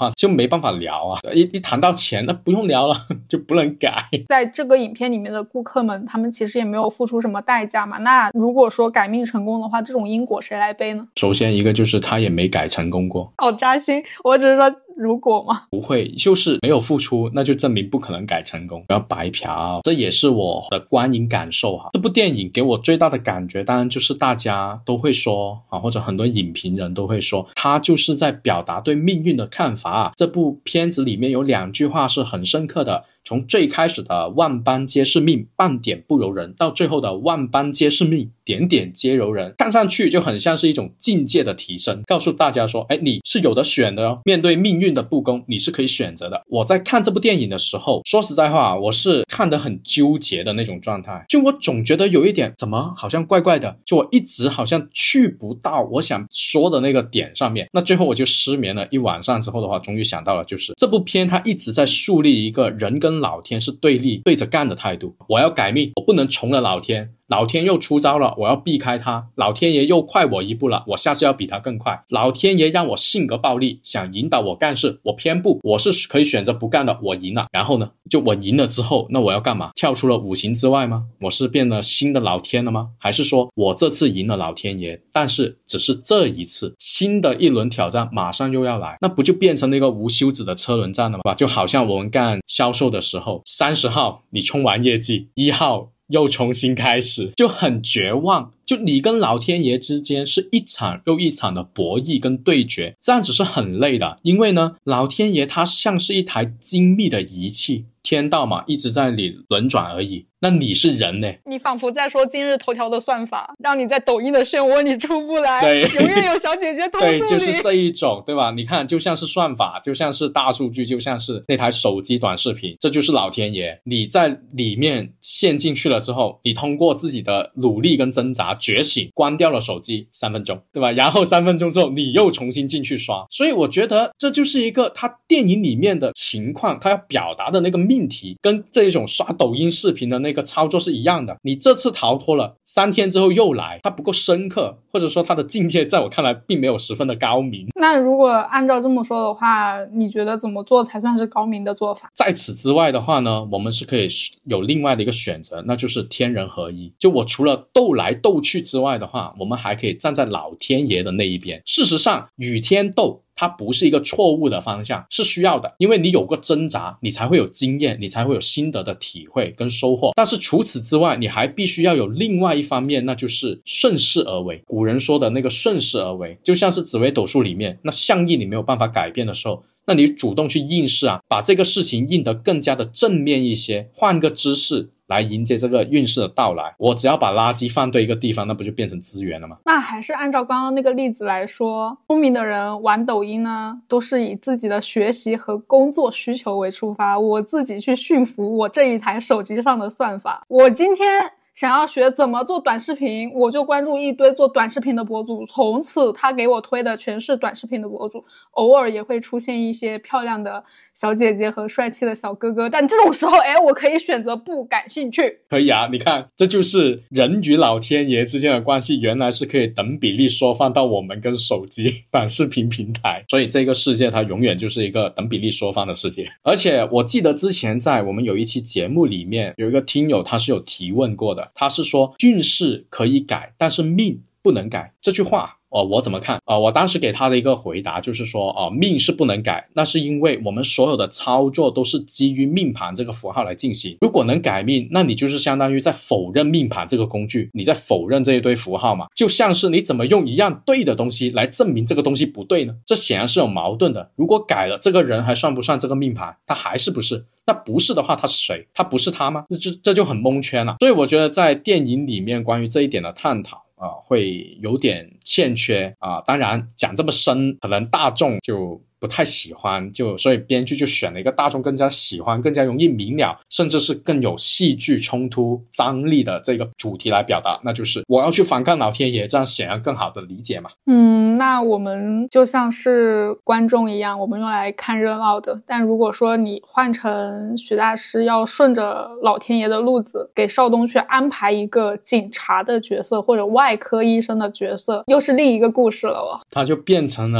话就没办法聊啊，一一谈到钱那不用聊了，就不能改。 在这个影片里面的顾客们，他们其实也没有付出什么代价嘛，那如果说改命成功的话，这种因果谁来背呢？ 首先一个就是他也没改成功过。 好扎心，我只是说如果嘛， 不会，就是没有付出，那就证明不可能改成功，不要白嫖。这也是我的观影感受哈。这部电影给我最大的感觉，当然就是大家都会说啊，或者很多影评人都会说，他就是在表达对命运的看法啊。这部片子里面有两句话是很深刻的，从最开始的万般皆是命，半点不由人，到最后的万般皆是命，点点皆由人，看上去就很像是一种境界的提升，告诉大家说，哎，你是有的选的哦，面对命运的不公，你是可以选择的。我在看这部电影的时候，说实在话，我是看得很纠结的那种状态，就我总觉得有一点怎么好像怪怪的，就我一直好像去不到我想说的那个点上面。那最后我就失眠了一晚上之后的话，终于想到了，就是这部片它一直在树立一个人跟老天是对立对着干的态度。我要改命，我不能从了老天，老天又出招了，我要避开他，老天爷又快我一步了，我下次要比他更快，老天爷让我性格暴力，想引导我干事，我偏不，我是可以选择不干的，我赢了。然后呢，就我赢了之后，那我要干嘛？跳出了五行之外吗？我是变了新的老天了吗？还是说我这次赢了老天爷，但是只是这一次，新的一轮挑战马上又要来，那不就变成那个无休止的车轮战了吗？就好像我们干销售的时候，三十号你冲完业绩，一号又重新开始，就很绝望。就你跟老天爷之间是一场又一场的博弈跟对决，这样子是很累的。因为呢，老天爷他像是一台精密的仪器，天道嘛一直在里轮转而已，那你是人呢， 你仿佛在说今日头条的算法，让你在抖音的漩涡里出不来， 对， 永远有小姐姐拖住你。 对，就是这一种，对吧？你看，就像是算法，就像是大数据，就像是那台手机短视频，这就是老天爷。你在里面陷进去了之后，你通过自己的努力跟挣扎觉醒，关掉了手机三分钟，对吧？然后三分钟之后你又重新进去刷。所以我觉得这就是一个他电影里面的情况，他要表达的那个命题跟这一种刷抖音视频的那个操作是一样的。你这次逃脱了，三天之后又来，它不够深刻，或者说它的境界在我看来并没有十分的高明。 那如果按照这么说的话，你觉得怎么做才算是高明的做法？ 在此之外的话呢，我们是可以有另外的一个选择，那就是天人合一。就我除了斗来斗去之外的话，我们还可以站在老天爷的那一边。事实上，与天斗它不是一个错误的方向，是需要的，因为你有个挣扎，你才会有经验，你才会有心得的体会跟收获。但是除此之外，你还必须要有另外一方面，那就是顺势而为。古人说的那个顺势而为，就像是紫微斗数里面，那象印你没有办法改变的时候，那你主动去应试啊，把这个事情印得更加的正面一些，换个姿势来迎接这个运势的到来。我只要把垃圾放对一个地方，那不就变成资源了吗？ 那还是按照刚刚那个例子来说，聪明的人玩抖音呢，都是以自己的学习和工作需求为出发，我自己去驯服我这一台手机上的算法。我今天想要学怎么做短视频，我就关注一堆做短视频的博主，从此他给我推的全是短视频的博主，偶尔也会出现一些漂亮的小姐姐和帅气的小哥哥，但这种时候，哎，我可以选择不感兴趣。 可以啊，你看，这就是人与老天爷之间的关系，原来是可以等比例缩放到我们跟手机短视频平台，所以这个世界它永远就是一个等比例缩放的世界。而且我记得之前在我们有一期节目里面，有一个听友他是有提问过的，他是说运势可以改，但是命不能改。这句话哦，我怎么看啊、呃？我当时给他的一个回答就是说，哦、呃，命是不能改，那是因为我们所有的操作都是基于命盘这个符号来进行。如果能改命，那你就是相当于在否认命盘这个工具，你在否认这一堆符号嘛？就像是你怎么用一样对的东西来证明这个东西不对呢？这显然是有矛盾的。如果改了，这个人还算不算这个命盘？他还是不是？那不是的话，他是谁？他不是他吗？这就这就很蒙圈了。所以我觉得在电影里面关于这一点的探讨啊、呃，会有点欠缺啊、呃。当然讲这么深，可能大众就不太喜欢，就所以编剧就选了一个大众更加喜欢、更加容易明了，甚至是更有戏剧冲突张力的这个主题来表达，那就是我要去反抗老天爷，这样显然更好的理解嘛。 嗯，那我们就像是观众一样，我们用来看热闹的。但如果说你换成许大师要顺着老天爷的路子，给少东去安排一个警察的角色或者外科医生的角色，又是另一个故事了哦。 他就变成了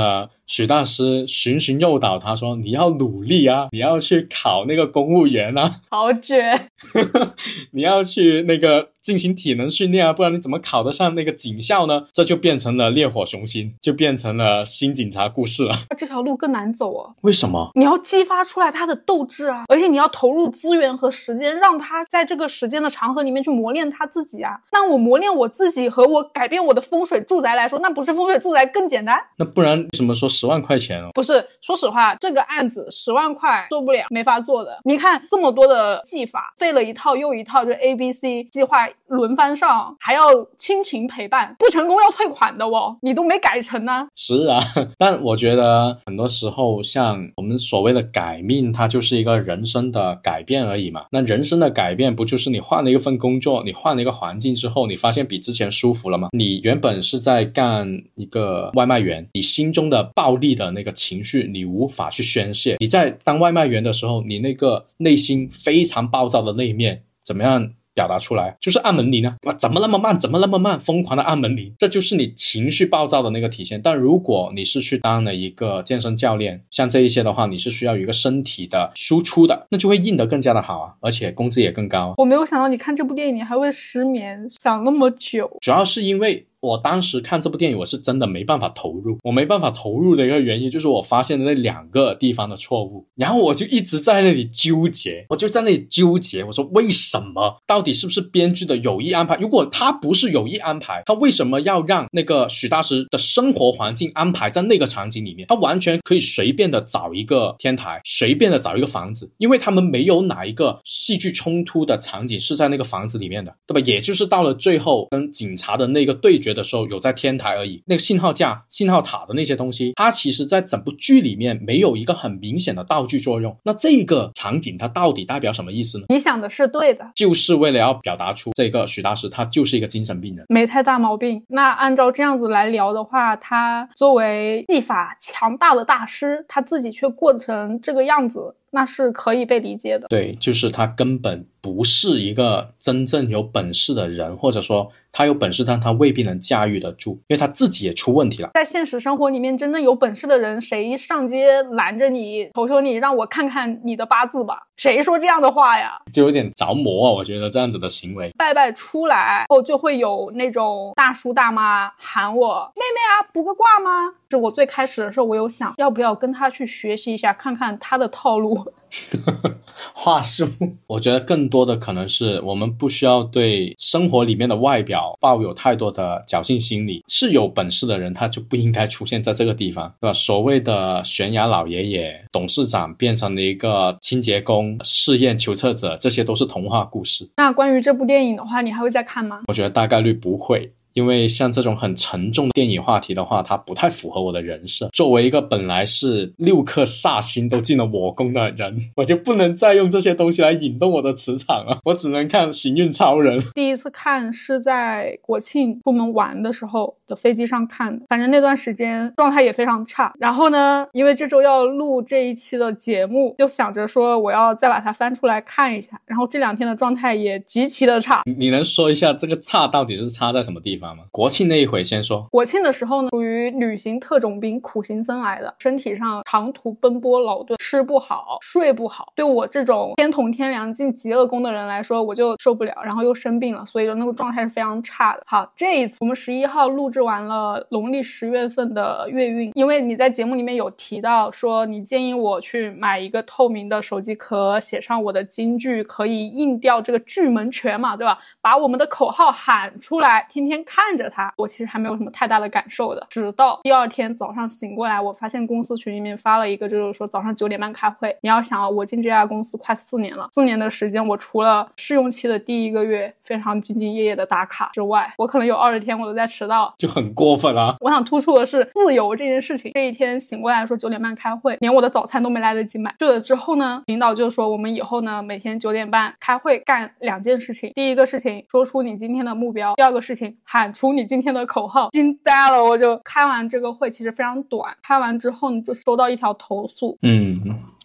许大师循循诱导他说，你要努力啊，你要去考那个公务员啊， 好绝你要去那个进行体能训练啊，不然你怎么考得上那个警校呢？这就变成了烈火雄心，就变成了新警察故事了。 这条路更难走哦。 为什么？ 你要激发出来他的斗志啊，而且你要投入资源和时间，让他在这个时间的长河里面去磨练他自己啊。那我磨练我自己和我改变我的风水住宅来说，那不是风水住宅更简单？ 那不然为什么说十万块钱哦？ 不是，说实话，这个案子十万块做不了，没法做的。你看这么多的技法，费了一套又一套，就 A B C 计划轮番上，还要亲情陪伴，不成功要退款的哦，你都没改成呢。 是啊，但我觉得很多时候像我们所谓的改命，它就是一个人生的改变而已嘛。那人生的改变不就是你换了一份工作，你换了一个环境之后，你发现比之前舒服了吗？你原本是在干一个外卖员，你心中的暴力的那个情绪你无法去宣泄，你在当外卖员的时候，你那个内心非常暴躁的那一面怎么样表达出来？就是按门铃呢，哇，怎么那么慢，怎么那么慢，疯狂的按门铃，这就是你情绪暴躁的那个体现。但如果你是去当了一个健身教练，像这一些的话，你是需要有一个身体的输出的，那就会硬得更加的好啊，而且工资也更高。 我没有想到你看这部电影你还会失眠，想那么久。 主要是因为我当时看这部电影，我是真的没办法投入。我没办法投入的一个原因就是我发现了那两个地方的错误，然后我就一直在那里纠结，我就在那里纠结，我说为什么？到底是不是编剧的有意安排？如果他不是有意安排，他为什么要让那个许大师的生活环境安排在那个场景里面？他完全可以随便的找一个天台，随便的找一个房子，因为他们没有哪一个戏剧冲突的场景是在那个房子里面的，对吧？也就是到了最后跟警察的那个对决的时候有在天台而已，那个信号架信号塔的那些东西，它其实在整部剧里面没有一个很明显的道具作用。那这个场景它到底代表什么意思呢？ 你想的是对的， 就是为了要表达出这个许大师他就是一个精神病人， 没太大毛病。那按照这样子来聊的话，他作为技法强大的大师，他自己却过成这个样子，那是可以被理解的。 对，就是他根本不是一个真正有本事的人，或者说他有本事但他未必能驾驭得住，因为他自己也出问题了。 在现实生活里面真正有本事的人，谁上街拦着你，求求你让我看看你的八字吧，谁说这样的话呀？ 就有点着魔啊，我觉得这样子的行为。 拜拜出来后就会有那种大叔大妈喊我妹妹啊，卜个卦吗？是我最开始的时候我有想要不要跟他去学习一下，看看他的套路话术。我觉得更多的可能是我们不需要对生活里面的外表抱有太多的侥幸心理，是有本事的人他就不应该出现在这个地方，对吧？所谓的悬崖老爷爷、董事长变成了一个清洁工、试验求测者，这些都是童话故事。 那关于这部电影的话，你还会再看吗？ 我觉得大概率不会，因为像这种很沉重的电影话题的话，它不太符合我的人设。作为一个本来是六颗煞星都进了我宫的人，我就不能再用这些东西来引动我的磁场了，我只能看行运超人。 第一次看是在国庆出门玩的时候的飞机上看的，反正那段时间状态也非常差。然后呢，因为这周要录这一期的节目，就想着说我要再把它翻出来看一下，然后这两天的状态也极其的差。 你能说一下这个差到底是差在什么地方？国庆那一回先说。 国庆的时候呢，属于旅行特种兵苦行僧来的，身体上长途奔波劳顿，吃不好睡不好，对我这种天同天梁进极乐宫的人来说我就受不了，然后又生病了，所以那个状态是非常差的。好，这一次我们十一号录制完了农历十月份的月运，因为你在节目里面有提到说你建议我去买一个透明的手机壳，写上我的金句，可以印掉这个巨门拳嘛，对吧？把我们的口号喊出来，天天看着它。我其实还没有什么太大的感受的，直到第二天早上醒过来，我发现公司群里面发了一个，就是说早上九点半开会。你要想啊，我进这家公司快四年了，四年的时间，我除了试用期的第一个月非常兢兢业业的打卡之外，我可能有二十天我都在迟到， 就很过分啊。 我想突出的是自由这件事情。这一天醒过来说九点半开会，连我的早餐都没来得及买。对了之后呢，领导就说我们以后呢每天九点半开会干两件事情，第一个事情说出你今天的目标，第二个事情喊出你今天的口号。惊呆了，我就开完这个会其实非常短，开完之后呢就收到一条投诉。 嗯，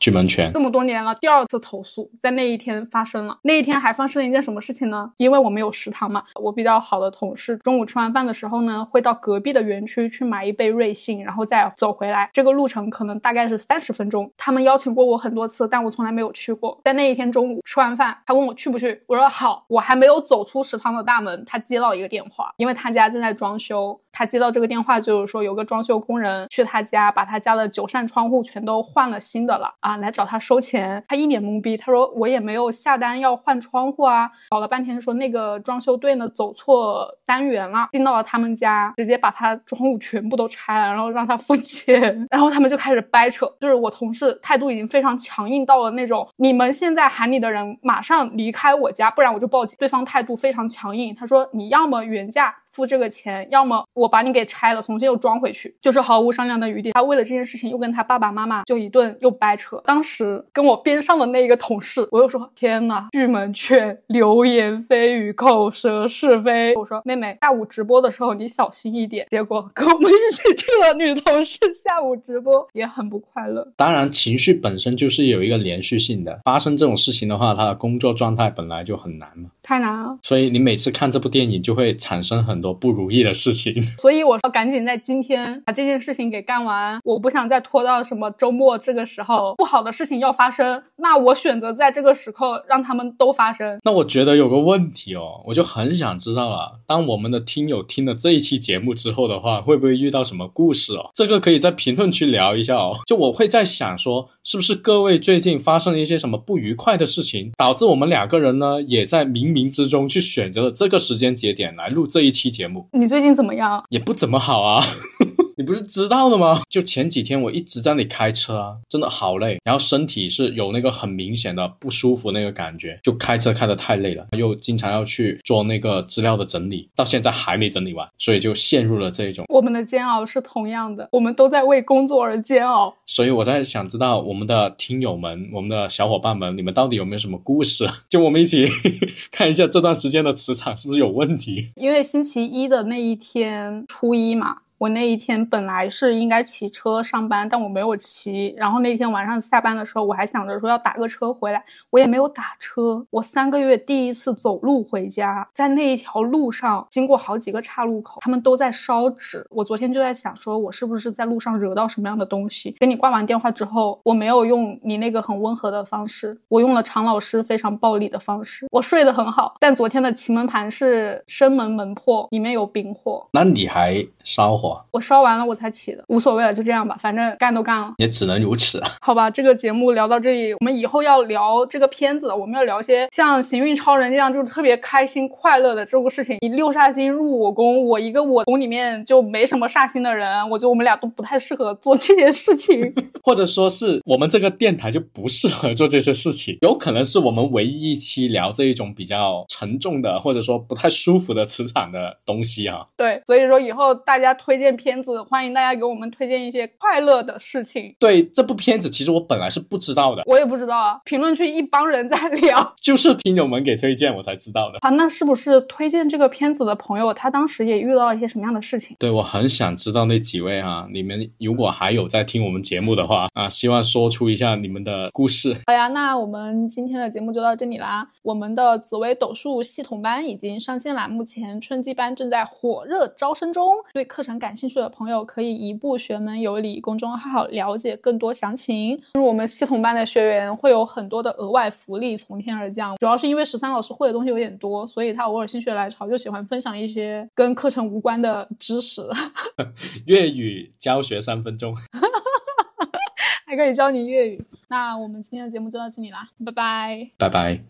巨门拳这么多年了，第二次投诉在那一天发生了。那一天还发生了一件什么事情呢？因为我没有食堂嘛，我比较好的同事中午吃完饭的时候呢，会到隔壁的园区去买一杯瑞幸，然后再走回来，这个路程可能大概是三十分钟。他们邀请过我很多次，但我从来没有去过。在那一天中午吃完饭，他问我去不去，我说好。我还没有走出食堂的大门，他接到一个电话，因为他家正在装修，他接到这个电话就是说有个装修工人去他家把他家的九扇窗户全都换了新的了啊，来找他收钱。他一脸懵逼，他说我也没有下单要换窗户啊。搞了半天说那个装修队呢走错单元了，进到了他们家，直接把他窗户全部都拆了，然后让他付钱。然后他们就开始掰扯，就是我同事态度已经非常强硬到了那种你们现在喊你的人马上离开我家，不然我就报警。对方态度非常强硬，他说你要么原价付这个钱，要么我把你给拆了重新又装回去，就是毫无商量的余地。他为了这件事情又跟他爸爸妈妈就一顿又掰扯。当时跟我边上的那个同事，我又说天哪，巨门拳，流言蜚语，口舌是非。我说妹妹，下午直播的时候你小心一点。结果跟我们一起去了女同事下午直播，也很不快乐。 当然情绪本身就是有一个连续性的，发生这种事情的话，他的工作状态本来就很难嘛， 太难了。 所以你每次看这部电影就会产生很多不如意的事情。 所以我说赶紧在今天把这件事情给干完，我不想再拖到什么周末这个时候，不好的事情要发生，那我选择在这个时刻让他们都发生。 那我觉得有个问题哦，我就很想知道了，当我们的听友听了这一期节目之后的话，会不会遇到什么故事哦？这个可以在评论区聊一下哦。就我会在想说，是不是各位最近发生了一些什么不愉快的事情，导致我们两个人呢也在冥冥之中去选择了这个时间节点来录这一期节目。 你最近怎么样？ 也不怎么好啊。你不是知道的吗？就前几天我一直在那里开车啊，真的好累，然后身体是有那个很明显的不舒服那个感觉，就开车开得太累了，又经常要去做那个资料的整理，到现在还没整理完，所以就陷入了这一种。 我们的煎熬是同样的，我们都在为工作而煎熬。 所以我在想知道我们的听友们，我们的小伙伴们，你们到底有没有什么故事？就我们一起看一下这段时间的磁场是不是有问题。 因为星期一的那一天初一嘛，我那一天本来是应该骑车上班，但我没有骑。然后那天晚上下班的时候，我还想着说要打个车回来，我也没有打车。我三个月第一次走路回家，在那一条路上经过好几个岔路口，他们都在烧纸。我昨天就在想说，我是不是在路上惹到什么样的东西。跟你挂完电话之后，我没有用你那个很温和的方式，我用了常老师非常暴力的方式。我睡得很好，但昨天的奇门盘是生门门破，里面有丙火。 那你还烧火？ 我烧完了我才起的，无所谓了，就这样吧，反正干都干了， 也只能如此啊。 好吧，这个节目聊到这里，我们以后要聊这个片子，我们要聊一些像行运超人这样就是特别开心快乐的这个事情。你六煞星入我宫，我一个我宫里面就没什么煞星的人，我觉得我们俩都不太适合做这件事情。 或者说是我们这个电台就不适合做这些事情，有可能是我们唯一一期聊这一种比较沉重的或者说不太舒服的磁场的东西啊。 对，所以说以后大家推荐片子，欢迎大家给我们推荐一些快乐的事情。 对，这部片子其实我本来是不知道的， 我也不知道啊，评论区一帮人在聊， 就是听友们给推荐我才知道的。 啊，那是不是推荐这个片子的朋友他当时也遇到了一些什么样的事情？ 对，我很想知道那几位啊，你们如果还有在听我们节目的话啊，希望说出一下你们的故事。 好呀，那我们今天的节目就到这里啦。我们的紫微斗数系统班已经上线了，目前春季班正在火热招生中，对课程感兴趣的朋友可以移步学门有礼公众号了解更多详情。我们系统班的学员会有很多的额外福利从天而降，主要是因为十三老师会的东西有点多，所以他偶尔心血来潮就喜欢分享一些跟课程无关的知识。 粤语教学三分钟还可以教你粤语。那我们今天的节目就到这里啦，拜拜， 拜拜。